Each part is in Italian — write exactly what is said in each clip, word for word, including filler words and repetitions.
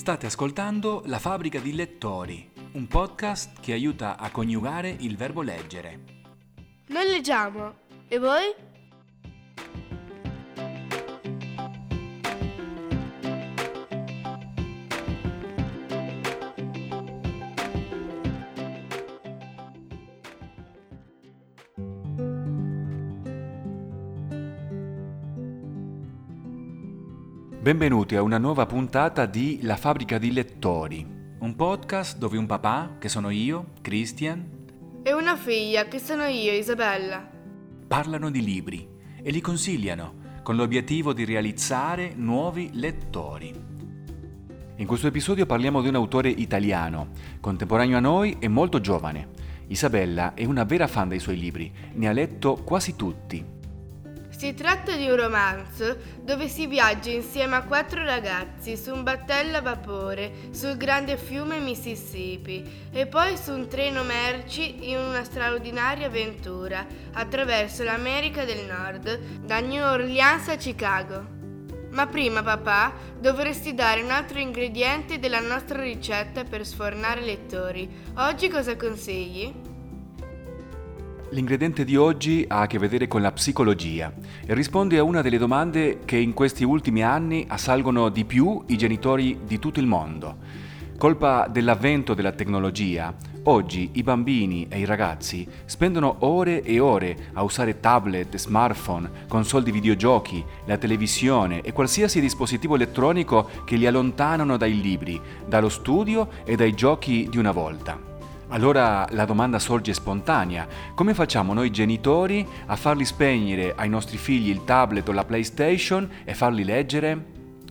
State ascoltando La Fabbrica di Lettori, un podcast che aiuta a coniugare il verbo leggere. Noi leggiamo, e voi? Benvenuti a una nuova puntata di La Fabbrica di Lettori, un podcast dove un papà, che sono io, Christian, E una figlia, che sono io, Isabella. parlano di libri e li consigliano con l'obiettivo di realizzare nuovi lettori. In questo episodio parliamo di un autore italiano, contemporaneo a noi e molto giovane. Isabella è una vera fan dei suoi libri, ne ha letto quasi tutti. Si tratta di un romanzo dove si viaggia insieme a quattro ragazzi su un battello a vapore sul grande fiume Mississippi e poi su un treno merci in una straordinaria avventura attraverso l'America del Nord, da New Orleans a Chicago. Ma prima, papà, dovresti dare un altro ingrediente della nostra ricetta per sfornare lettori. Oggi cosa consigli? L'ingrediente di oggi ha a che vedere con la psicologia e risponde a una delle domande che in questi ultimi anni assalgono di più i genitori di tutto il mondo. Colpa dell'avvento della tecnologia, oggi i bambini e i ragazzi spendono ore e ore a usare tablet, smartphone, console di videogiochi, la televisione e qualsiasi dispositivo elettronico che li allontanano dai libri, dallo studio e dai giochi di una volta. Allora la domanda sorge spontanea: come facciamo noi genitori a farli spegnere ai nostri figli il tablet o la PlayStation e farli leggere?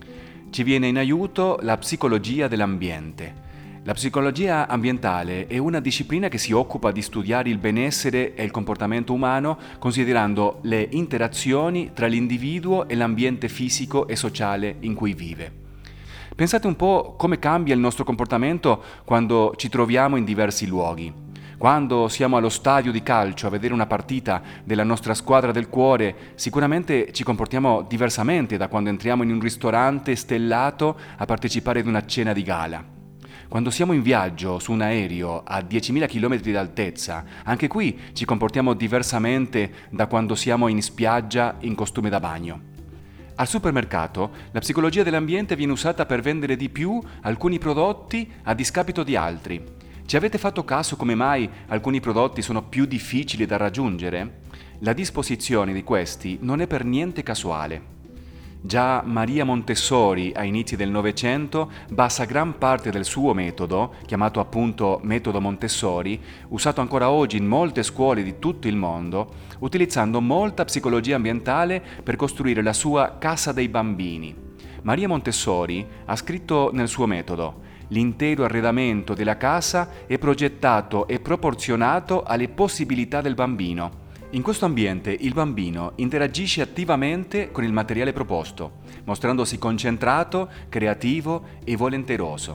Ci viene in aiuto la psicologia dell'ambiente. La psicologia ambientale è una disciplina che si occupa di studiare il benessere e il comportamento umano considerando le interazioni tra l'individuo e l'ambiente fisico e sociale in cui vive. Pensate un po' come cambia il nostro comportamento quando ci troviamo in diversi luoghi. Quando siamo allo stadio di calcio a vedere una partita della nostra squadra del cuore, sicuramente ci comportiamo diversamente da quando entriamo in un ristorante stellato a partecipare ad una cena di gala. Quando siamo in viaggio su un aereo a diecimila chilometri d'altezza, anche qui ci comportiamo diversamente da quando siamo in spiaggia in costume da bagno. Al supermercato la psicologia dell'ambiente viene usata per vendere di più alcuni prodotti a discapito di altri. Ci avete fatto caso come mai alcuni prodotti sono più difficili da raggiungere? La disposizione di questi non è per niente casuale. Già Maria Montessori, a inizi del Novecento, basa gran parte del suo metodo, chiamato appunto metodo Montessori, usato ancora oggi in molte scuole di tutto il mondo, utilizzando molta psicologia ambientale per costruire la sua casa dei bambini. Maria Montessori ha scritto nel suo metodo: l'intero arredamento della casa è progettato e proporzionato alle possibilità del bambino. In questo ambiente il bambino interagisce attivamente con il materiale proposto, mostrandosi concentrato, creativo e volenteroso.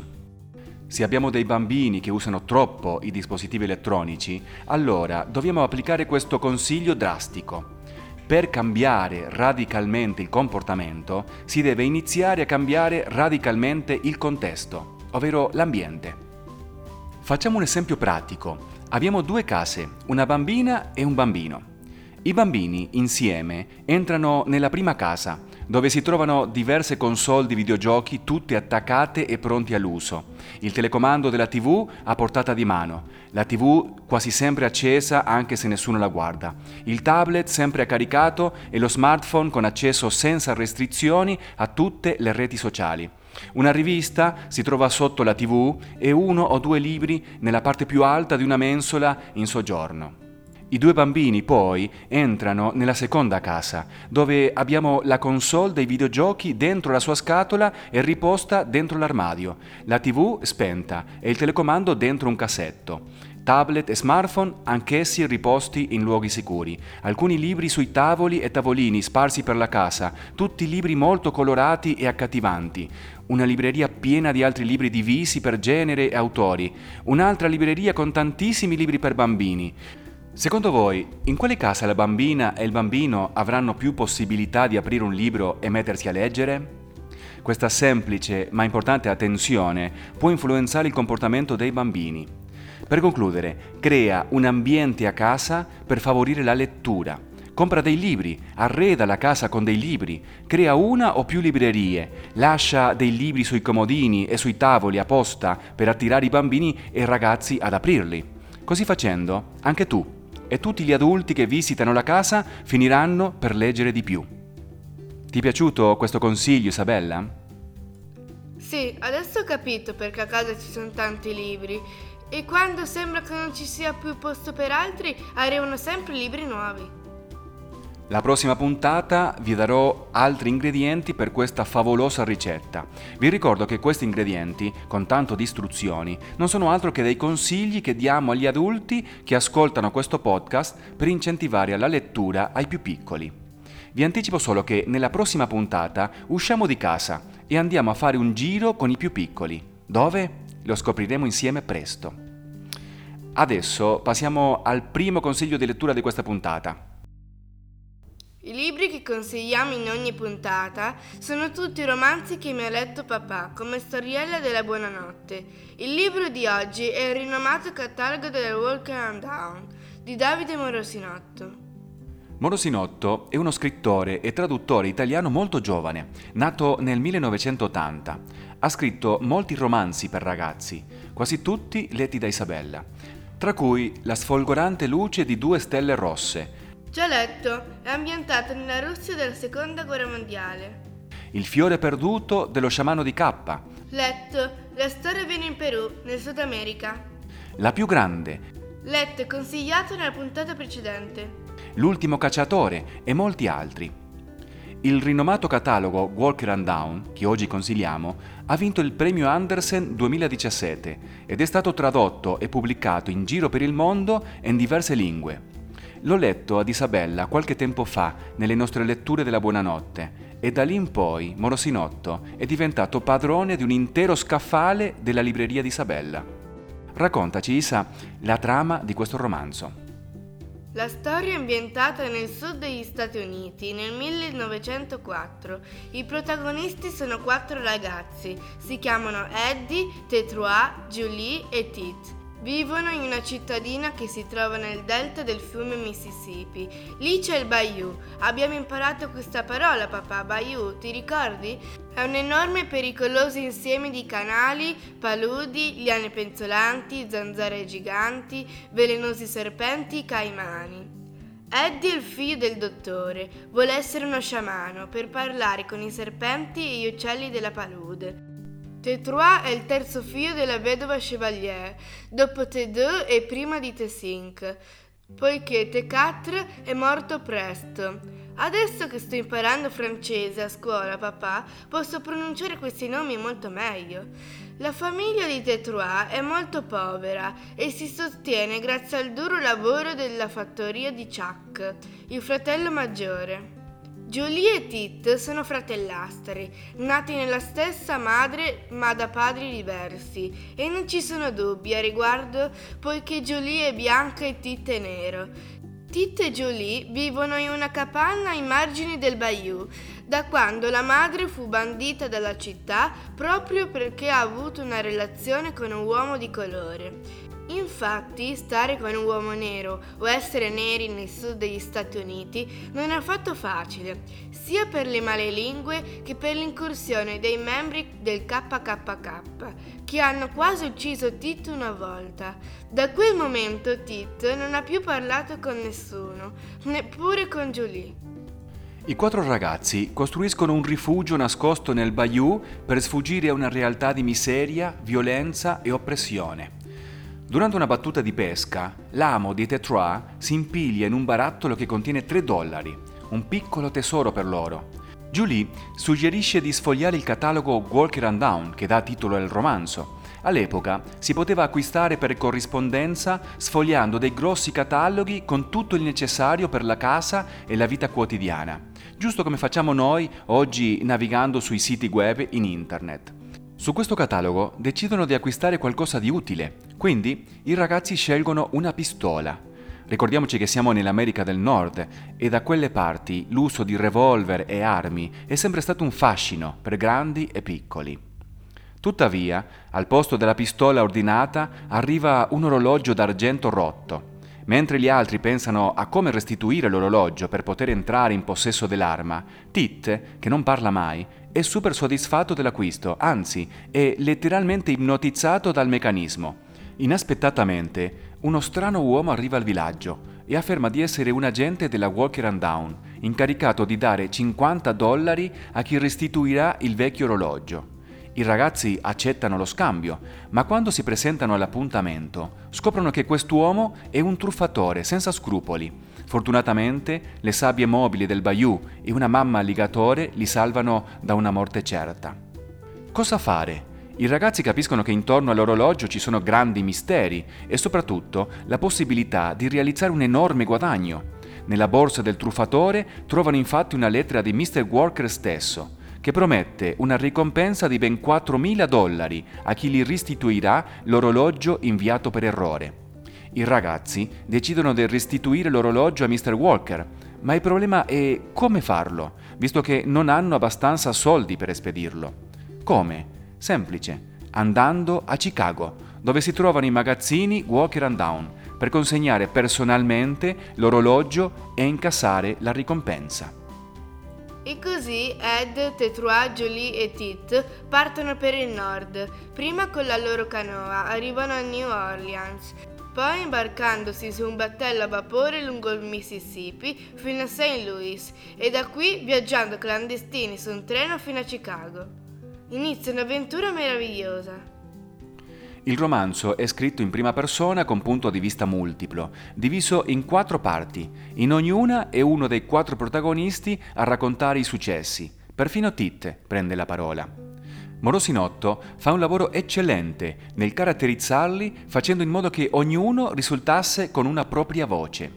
Se abbiamo dei bambini che usano troppo i dispositivi elettronici, allora dobbiamo applicare questo consiglio drastico. Per cambiare radicalmente il comportamento, si deve iniziare a cambiare radicalmente il contesto, ovvero l'ambiente. Facciamo un esempio pratico. Abbiamo due case, una bambina e un bambino. I bambini insieme entrano nella prima casa, dove si trovano diverse console di videogiochi tutte attaccate e pronti all'uso. Il telecomando della tivù a portata di mano, la tivù quasi sempre accesa anche se nessuno la guarda, il tablet sempre caricato e lo smartphone con accesso senza restrizioni a tutte le reti sociali. Una rivista si trova sotto la tivù e uno o due libri nella parte più alta di una mensola in soggiorno. I due bambini poi entrano nella seconda casa, dove abbiamo la console dei videogiochi dentro la sua scatola e riposta dentro l'armadio, la tivù spenta e il telecomando dentro un cassetto. Tablet e smartphone anch'essi riposti in luoghi sicuri, alcuni libri sui tavoli e tavolini sparsi per la casa, tutti libri molto colorati e accattivanti, una libreria piena di altri libri divisi per genere e autori, un'altra libreria con tantissimi libri per bambini. Secondo voi, in quale casa la bambina e il bambino avranno più possibilità di aprire un libro e mettersi a leggere? Questa semplice ma importante attenzione può influenzare il comportamento dei bambini. Per concludere, crea un ambiente a casa per favorire la lettura. Compra dei libri, arreda la casa con dei libri, crea una o più librerie, lascia dei libri sui comodini e sui tavoli apposta per attirare i bambini e i ragazzi ad aprirli. Così facendo, anche tu e tutti gli adulti che visitano la casa finiranno per leggere di più. Ti è piaciuto questo consiglio, Isabella? Sì, adesso ho capito perché a casa ci sono tanti libri e quando sembra che non ci sia più posto per altri, arrivano sempre libri nuovi. La prossima puntata vi darò altri ingredienti per questa favolosa ricetta. Vi ricordo che questi ingredienti, con tanto di istruzioni, non sono altro che dei consigli che diamo agli adulti che ascoltano questo podcast per incentivare la lettura ai più piccoli. Vi anticipo solo che nella prossima puntata usciamo di casa e andiamo a fare un giro con i più piccoli. Dove? Lo scopriremo insieme presto. Adesso passiamo al primo consiglio di lettura di questa puntata. I libri che consigliamo in ogni puntata sono tutti romanzi che mi ha letto papà, come Storiella della Buonanotte. Il libro di oggi è il rinomato catalogo del Walker and Down di Davide Morosinotto. Morosinotto è uno scrittore e traduttore italiano molto giovane, nato nel millenovecentottanta. Ha scritto molti romanzi per ragazzi, quasi tutti letti da Isabella, tra cui La sfolgorante luce di due stelle rosse. Già letto, è ambientato nella Russia della Seconda Guerra Mondiale. Il fiore perduto dello sciamano di K. Letto, la storia avviene in Perù, nel Sud America. La più grande. Letto e consigliato nella puntata precedente. L'ultimo cacciatore e molti altri. Il rinomato catalogo Walker and Down, che oggi consigliamo, ha vinto il premio Andersen duemiladiciassette ed è stato tradotto e pubblicato in giro per il mondo e in diverse lingue. L'ho letto ad Isabella qualche tempo fa nelle nostre letture della Buonanotte e da lì in poi Morosinotto è diventato padrone di un intero scaffale della libreria di Isabella. Raccontaci, Isa, la trama di questo romanzo. La storia è ambientata nel sud degli Stati Uniti nel millenovecentoquattro. I protagonisti sono quattro ragazzi, si chiamano Eddie, Tetrois, Julie e Tit. Vivono in una cittadina che si trova nel delta del fiume Mississippi. Lì c'è il bayou. Abbiamo imparato questa parola, papà, bayou, ti ricordi? È un enorme e pericoloso insieme di canali, paludi, liane penzolanti, zanzare giganti, velenosi serpenti, caimani. Eddie è il figlio del dottore. Vuole essere uno sciamano per parlare con i serpenti e gli uccelli della palude. Tetrois è il terzo figlio della vedova Chevalier, dopo T due e prima di T cinque, poiché T quattro è morto presto. Adesso che sto imparando francese a scuola, papà, posso pronunciare questi nomi molto meglio. La famiglia di Tetrois è molto povera e si sostiene grazie al duro lavoro della fattoria di Chuck, il fratello maggiore. Julie e Tit sono fratellastri, nati nella stessa madre ma da padri diversi, e non ci sono dubbi a riguardo poiché Julie è bianca e Tit è nero. Tit e Julie vivono in una capanna ai margini del bayou, da quando la madre fu bandita dalla città proprio perché ha avuto una relazione con un uomo di colore. Infatti, stare con un uomo nero o essere neri nel sud degli Stati Uniti non è affatto facile, sia per le malelingue che per l'incursione dei membri del K K K, che hanno quasi ucciso Tit una volta. Da quel momento Tit non ha più parlato con nessuno, neppure con Julie. I quattro ragazzi costruiscono un rifugio nascosto nel bayou per sfuggire a una realtà di miseria, violenza e oppressione. Durante una battuta di pesca, l'amo di Tetrois si impiglia in un barattolo che contiene tre dollari, un piccolo tesoro per loro. Julie suggerisce di sfogliare il catalogo Walker and Down, che dà titolo al romanzo. All'epoca si poteva acquistare per corrispondenza sfogliando dei grossi cataloghi con tutto il necessario per la casa e la vita quotidiana, giusto come facciamo noi oggi navigando sui siti web in internet. Su questo catalogo decidono di acquistare qualcosa di utile, quindi i ragazzi scelgono una pistola. Ricordiamoci che siamo nell'America del Nord e da quelle parti l'uso di revolver e armi è sempre stato un fascino per grandi e piccoli. Tuttavia, al posto della pistola ordinata arriva un orologio d'argento rotto. Mentre gli altri pensano a come restituire l'orologio per poter entrare in possesso dell'arma, Tit, che non parla mai, è super soddisfatto dell'acquisto, anzi è letteralmente ipnotizzato dal meccanismo. Inaspettatamente, uno strano uomo arriva al villaggio e afferma di essere un agente della Walker and Down, incaricato di dare cinquanta dollari a chi restituirà il vecchio orologio. I ragazzi accettano lo scambio, ma quando si presentano all'appuntamento scoprono che quest'uomo è un truffatore senza scrupoli. Fortunatamente le sabbie mobili del bayou e una mamma alligatore li salvano da una morte certa. Cosa fare? I ragazzi capiscono che intorno all'orologio ci sono grandi misteri e soprattutto la possibilità di realizzare un enorme guadagno. Nella borsa del truffatore trovano infatti una lettera di mister Walker stesso, che promette una ricompensa di ben quattromila dollari a chi gli restituirà l'orologio inviato per errore. I ragazzi decidono di restituire l'orologio a mister Walker, ma il problema è come farlo, visto che non hanno abbastanza soldi per espedirlo. Come? Semplice, andando a Chicago, dove si trovano i magazzini Walker and Down, per consegnare personalmente l'orologio e incassare la ricompensa. E così Ed, Tetuah, Jolie e Tit partono per il nord. Prima con la loro canoa arrivano a New Orleans, poi imbarcandosi su un battello a vapore lungo il Mississippi fino a Saint Louis e da qui viaggiando clandestini su un treno fino a Chicago. Inizia un'avventura meravigliosa. Il romanzo è scritto in prima persona con punto di vista multiplo, diviso in quattro parti. In ognuna è uno dei quattro protagonisti a raccontare i successi. Perfino Tit prende la parola. Morosinotto fa un lavoro eccellente nel caratterizzarli, facendo in modo che ognuno risultasse con una propria voce.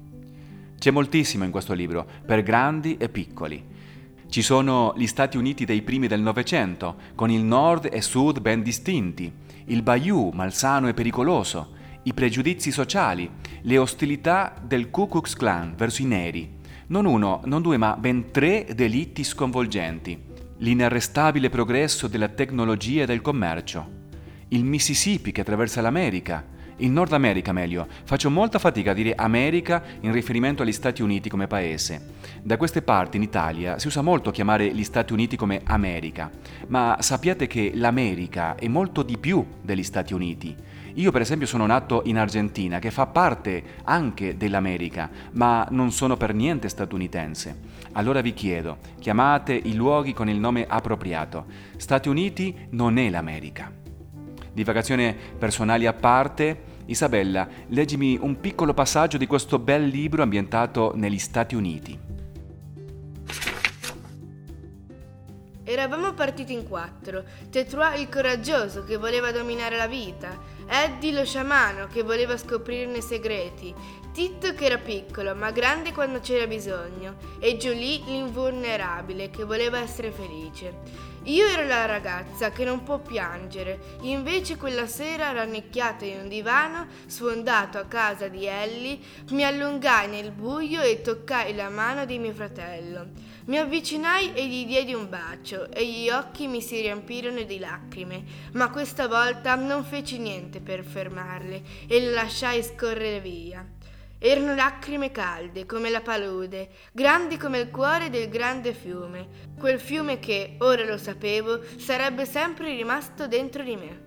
C'è moltissimo in questo libro, per grandi e piccoli. Ci sono gli Stati Uniti dei primi del Novecento, con il nord e sud ben distinti, il bayou malsano e pericoloso, i pregiudizi sociali, le ostilità del Ku Klux Klan verso i neri, non uno, non due, ma ben tre delitti sconvolgenti, l'inarrestabile progresso della tecnologia e del commercio, il Mississippi che attraversa l'America, il Nord America meglio, faccio molta fatica a dire America in riferimento agli Stati Uniti come paese. Da queste parti in Italia si usa molto chiamare gli Stati Uniti come America, ma sappiate che l'America è molto di più degli Stati Uniti. Io per esempio sono nato in Argentina, che fa parte anche dell'America, ma non sono per niente statunitense. Allora vi chiedo, chiamate i luoghi con il nome appropriato. Stati Uniti non è l'America. Divagazione personali a parte, Isabella, leggimi un piccolo passaggio di questo bel libro ambientato negli Stati Uniti. Eravamo partiti in quattro. Tetuah il coraggioso che voleva dominare la vita, Eddie lo sciamano che voleva scoprirne i segreti, Tit che era piccolo ma grande quando c'era bisogno e Jolie l'invulnerabile che voleva essere felice. Io ero la ragazza che non può piangere, invece quella sera rannicchiata in un divano sfondato a casa di Ellie mi allungai nel buio e toccai la mano di mio fratello. Mi avvicinai e gli diedi un bacio e gli occhi mi si riempirono di lacrime, ma questa volta non feci niente per fermarle e le lasciai scorrere via. Erano lacrime calde come la palude, grandi come il cuore del grande fiume, quel fiume che, ora lo sapevo, sarebbe sempre rimasto dentro di me.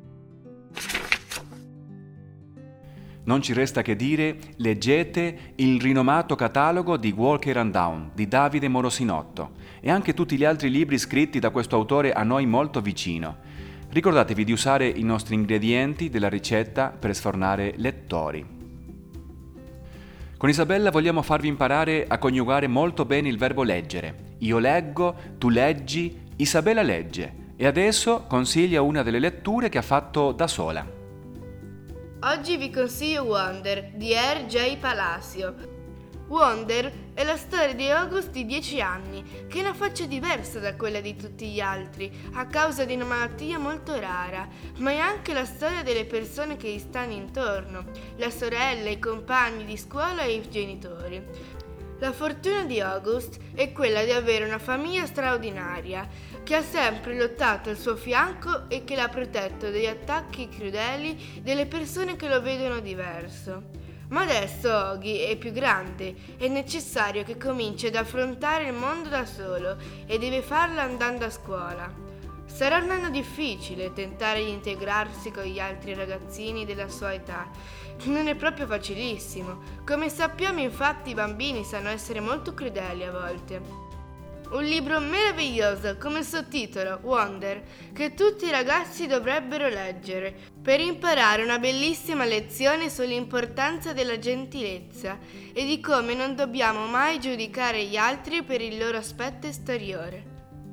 Non ci resta che dire, leggete il rinomato catalogo di Walker and Down di Davide Morosinotto e anche tutti gli altri libri scritti da questo autore a noi molto vicino. Ricordatevi di usare i nostri ingredienti della ricetta per sfornare lettori. Con Isabella vogliamo farvi imparare a coniugare molto bene il verbo leggere. Io leggo, tu leggi, Isabella legge e adesso consiglia una delle letture che ha fatto da sola. Oggi vi consiglio Wonder di R J Palacio. Wonder è la storia di August di dieci anni, che ha una faccia diversa da quella di tutti gli altri, a causa di una malattia molto rara, ma è anche la storia delle persone che gli stanno intorno, la sorella, i compagni di scuola e i genitori. La fortuna di August è quella di avere una famiglia straordinaria, che ha sempre lottato al suo fianco e che l'ha protetto dagli attacchi crudeli delle persone che lo vedono diverso. Ma adesso Ogi è più grande, è necessario che cominci ad affrontare il mondo da solo e deve farlo andando a scuola. Sarà un anno difficile tentare di integrarsi con gli altri ragazzini della sua età. Non è proprio facilissimo. Come sappiamo, infatti, i bambini sanno essere molto crudeli a volte. Un libro meraviglioso come sottotitolo Wonder, che tutti i ragazzi dovrebbero leggere per imparare una bellissima lezione sull'importanza della gentilezza e di come non dobbiamo mai giudicare gli altri per il loro aspetto esteriore.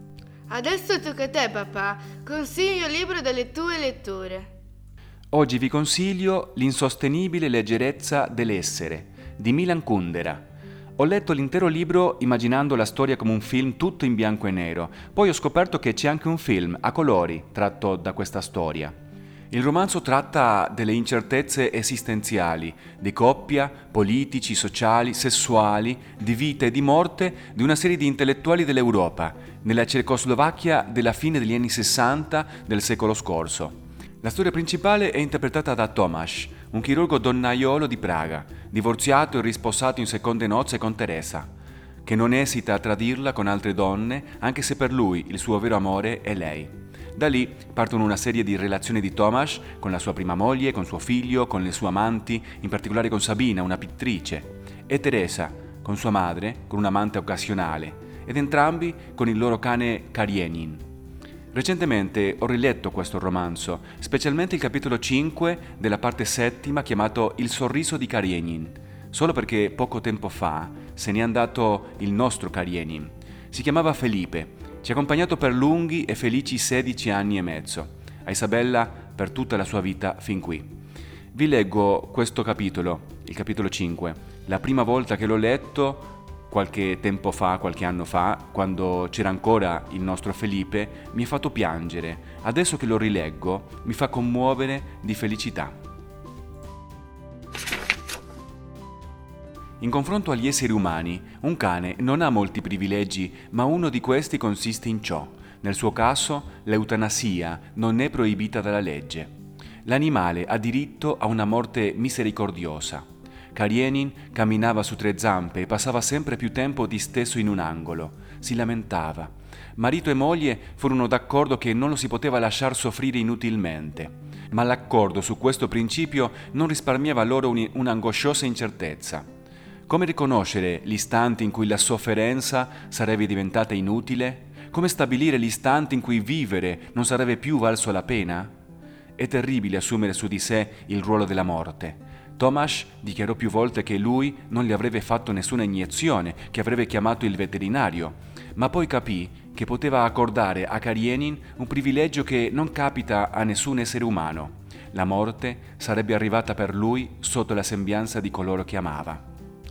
Adesso tocca a te, papà. Consiglio il libro delle tue letture. Oggi vi consiglio L'insostenibile leggerezza dell'essere di Milan Kundera. Ho letto l'intero libro immaginando la storia come un film tutto in bianco e nero, poi ho scoperto che c'è anche un film a colori tratto da questa storia. Il romanzo tratta delle incertezze esistenziali, di coppia, politici, sociali, sessuali, di vita e di morte di una serie di intellettuali dell'Europa, nella Cecoslovacchia della fine degli anni sessanta del secolo scorso. La storia principale è interpretata da Tomasz, un chirurgo donnaiolo di Praga, divorziato e risposato in seconde nozze con Teresa, che non esita a tradirla con altre donne, anche se per lui il suo vero amore è lei. Da lì partono una serie di relazioni di Tomasz con la sua prima moglie, con suo figlio, con le sue amanti, in particolare con Sabina, una pittrice, e Teresa, con sua madre, con un amante occasionale, ed entrambi con il loro cane Karenin. Recentemente ho riletto questo romanzo, specialmente il capitolo cinque della parte settima chiamato Il sorriso di Karenin, solo perché poco tempo fa se n'è andato il nostro Karenin. Si chiamava Felipe, ci ha accompagnato per lunghi e felici sedici anni e mezzo, a Isabella per tutta la sua vita fin qui. Vi leggo questo capitolo, il capitolo cinque. La prima volta che l'ho letto, qualche tempo fa, qualche anno fa, quando c'era ancora il nostro Felipe, mi ha fatto piangere. Adesso che lo rileggo, mi fa commuovere di felicità. In confronto agli esseri umani, un cane non ha molti privilegi, ma uno di questi consiste in ciò. Nel suo caso, l'eutanasia non è proibita dalla legge. L'animale ha diritto a una morte misericordiosa. Karenin camminava su tre zampe e passava sempre più tempo disteso in un angolo. Si lamentava. Marito e moglie furono d'accordo che non lo si poteva lasciar soffrire inutilmente, ma l'accordo su questo principio non risparmiava loro un, un'angosciosa incertezza. Come riconoscere l'istante in cui la sofferenza sarebbe diventata inutile? Come stabilire l'istante in cui vivere non sarebbe più valso la pena? È terribile assumere su di sé il ruolo della morte. Tomasz dichiarò più volte che lui non gli avrebbe fatto nessuna iniezione, che avrebbe chiamato il veterinario, ma poi capì che poteva accordare a Karenin un privilegio che non capita a nessun essere umano. La morte sarebbe arrivata per lui sotto la sembianza di coloro che amava.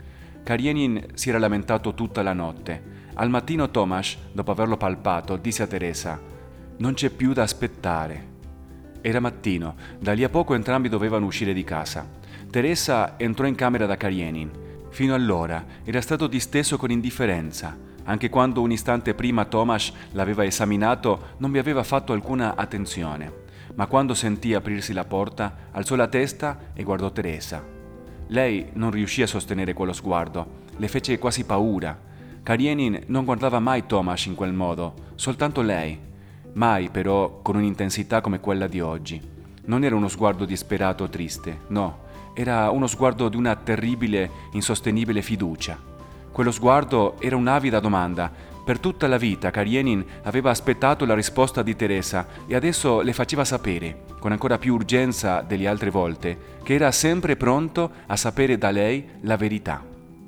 Karenin si era lamentato tutta la notte. Al mattino Tomasz, dopo averlo palpato, disse a Teresa: «Non c'è più da aspettare». Era mattino, da lì a poco entrambi dovevano uscire di casa. Teresa entrò in camera da Karenin. Fino allora era stato disteso con indifferenza. Anche quando un istante prima Tomasz l'aveva esaminato non vi aveva fatto alcuna attenzione. Ma quando sentì aprirsi la porta, alzò la testa e guardò Teresa. Lei non riuscì a sostenere quello sguardo, le fece quasi paura. Karenin non guardava mai Tomasz in quel modo, soltanto lei. Mai però con un'intensità come quella di oggi. Non era uno sguardo disperato o triste, no. Era uno sguardo di una terribile, insostenibile fiducia. Quello sguardo era un'avida domanda. Per tutta la vita Karenin aveva aspettato la risposta di Teresa e adesso le faceva sapere, con ancora più urgenza delle altre volte, che era sempre pronto a sapere da lei la verità.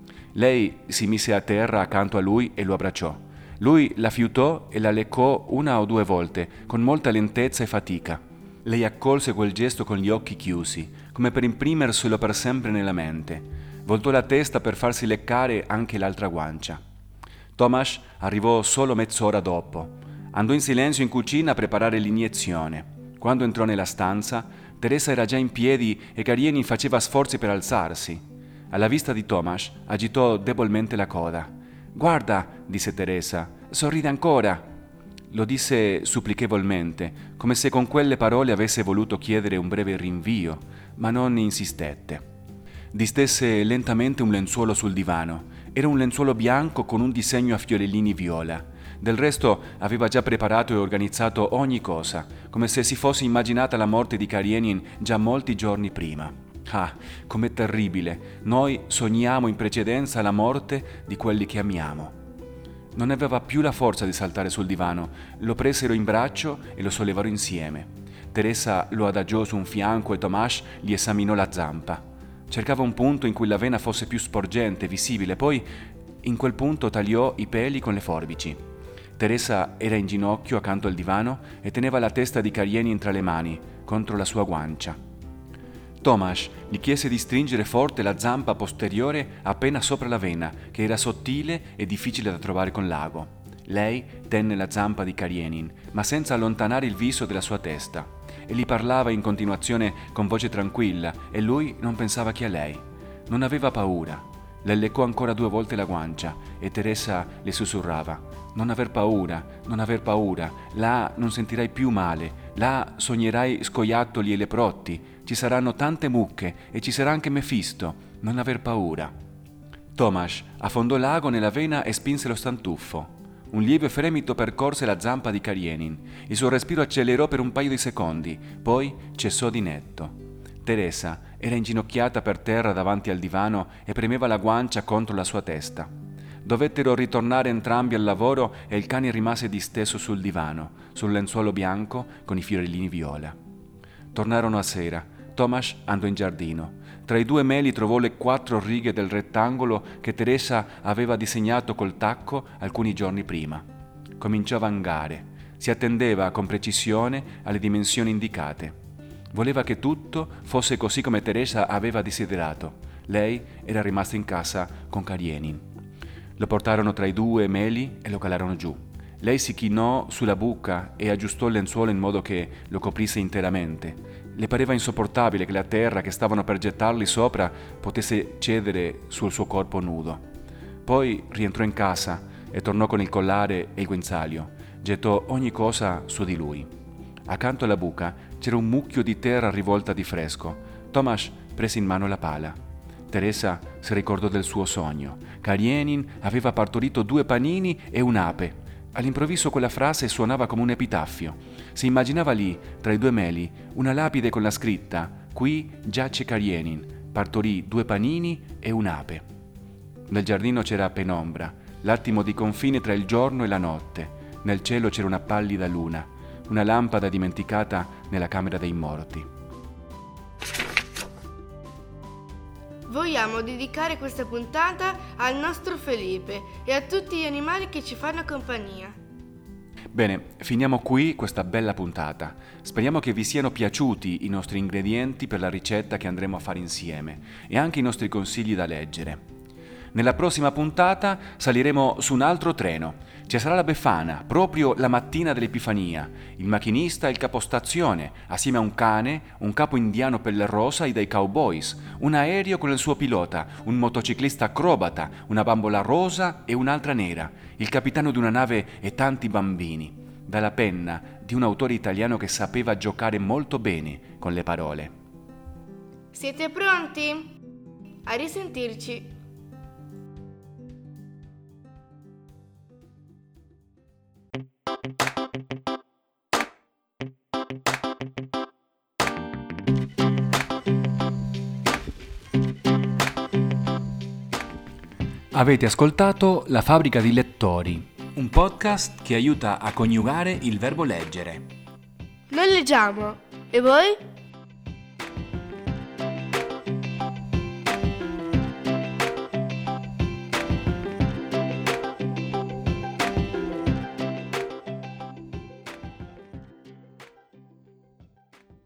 Lei si mise a terra accanto a lui e lo abbracciò. Lui la fiutò e la leccò una o due volte, con molta lentezza e fatica. Lei accolse quel gesto con gli occhi chiusi, come per imprimerselo per sempre nella mente. Voltò la testa per farsi leccare anche l'altra guancia. Tomasz arrivò solo mezz'ora dopo. Andò in silenzio in cucina a preparare l'iniezione. Quando entrò nella stanza, Teresa era già in piedi e Karenin faceva sforzi per alzarsi. Alla vista di Tomasz agitò debolmente la coda. «Guarda», disse Teresa, «sorride ancora». Lo disse supplichevolmente, come se con quelle parole avesse voluto chiedere un breve rinvio, ma non insistette. Distesse lentamente un lenzuolo sul divano. Era un lenzuolo bianco con un disegno a fiorellini viola. Del resto aveva già preparato e organizzato ogni cosa, come se si fosse immaginata la morte di Karenin già molti giorni prima. Ah, com'è terribile! Noi sogniamo in precedenza la morte di quelli che amiamo. Non aveva più la forza di saltare sul divano. Lo presero in braccio e lo sollevaro insieme. Teresa lo adagiò su un fianco e Tomasz gli esaminò la zampa. Cercava un punto in cui la vena fosse più sporgente, visibile, poi in quel punto tagliò i peli con le forbici. Teresa era in ginocchio accanto al divano e teneva la testa di Karenin tra le mani, contro la sua guancia. Tomasz gli chiese di stringere forte la zampa posteriore appena sopra la vena, che era sottile e difficile da trovare con l'ago. Lei tenne la zampa di Karenin, ma senza allontanare il viso dalla sua testa, e gli parlava in continuazione con voce tranquilla, e lui non pensava che a lei. Non aveva paura. Le leccò ancora due volte la guancia e Teresa le sussurrava: «Non aver paura, non aver paura, là non sentirai più male, là sognerai scoiattoli e leprotti, ci saranno tante mucche e ci sarà anche Mefisto, non aver paura». Tomasz affondò l'ago nella vena e spinse lo stantuffo. Un lieve fremito percorse la zampa di Karenin. Il suo respiro accelerò per un paio di secondi, poi cessò di netto. Teresa era inginocchiata per terra davanti al divano e premeva la guancia contro la sua testa. Dovettero ritornare entrambi al lavoro e il cane rimase disteso sul divano, sul lenzuolo bianco con i fiorellini viola. Tornarono a sera. Tomasz andò in giardino. Tra i due meli trovò le quattro righe del rettangolo che Teresa aveva disegnato col tacco alcuni giorni prima. Cominciò a vangare. Si attendeva con precisione alle dimensioni indicate. Voleva che tutto fosse così come Teresa aveva desiderato. Lei era rimasta in casa con Karenin. Lo portarono tra i due meli e lo calarono giù. Lei si chinò sulla buca e aggiustò il lenzuolo in modo che lo coprisse interamente. Le pareva insopportabile che la terra che stavano per gettarli sopra potesse cedere sul suo corpo nudo. Poi rientrò in casa e tornò con il collare e il guinzaglio. Gettò ogni cosa su di lui. Accanto alla buca c'era un mucchio di terra rivolta di fresco. Tomasz prese in mano la pala. Teresa si ricordò del suo sogno. Karenin aveva partorito due panini e un'ape. All'improvviso quella frase suonava come un epitaffio. Si immaginava lì, tra i due meli, una lapide con la scritta: «Qui giace Karenin, partorì due panini e un'ape». Nel giardino c'era penombra, l'attimo di confine tra il giorno e la notte. Nel cielo c'era una pallida luna, una lampada dimenticata nella camera dei morti. Vogliamo dedicare questa puntata al nostro Felipe e a tutti gli animali che ci fanno compagnia. Bene, finiamo qui questa bella puntata. Speriamo che vi siano piaciuti i nostri ingredienti per la ricetta che andremo a fare insieme e anche i nostri consigli da leggere. Nella prossima puntata saliremo su un altro treno. Ci sarà la Befana, proprio la mattina dell'Epifania, il macchinista e il capostazione, assieme a un cane, un capo indiano pelle rosa e dei cowboys, un aereo con il suo pilota, un motociclista acrobata, una bambola rosa e un'altra nera, il capitano di una nave e tanti bambini. Dalla penna di un autore italiano che sapeva giocare molto bene con le parole. Siete pronti? A risentirci! Avete ascoltato La fabbrica di lettori, un podcast che aiuta a coniugare il verbo leggere. Noi leggiamo, e voi?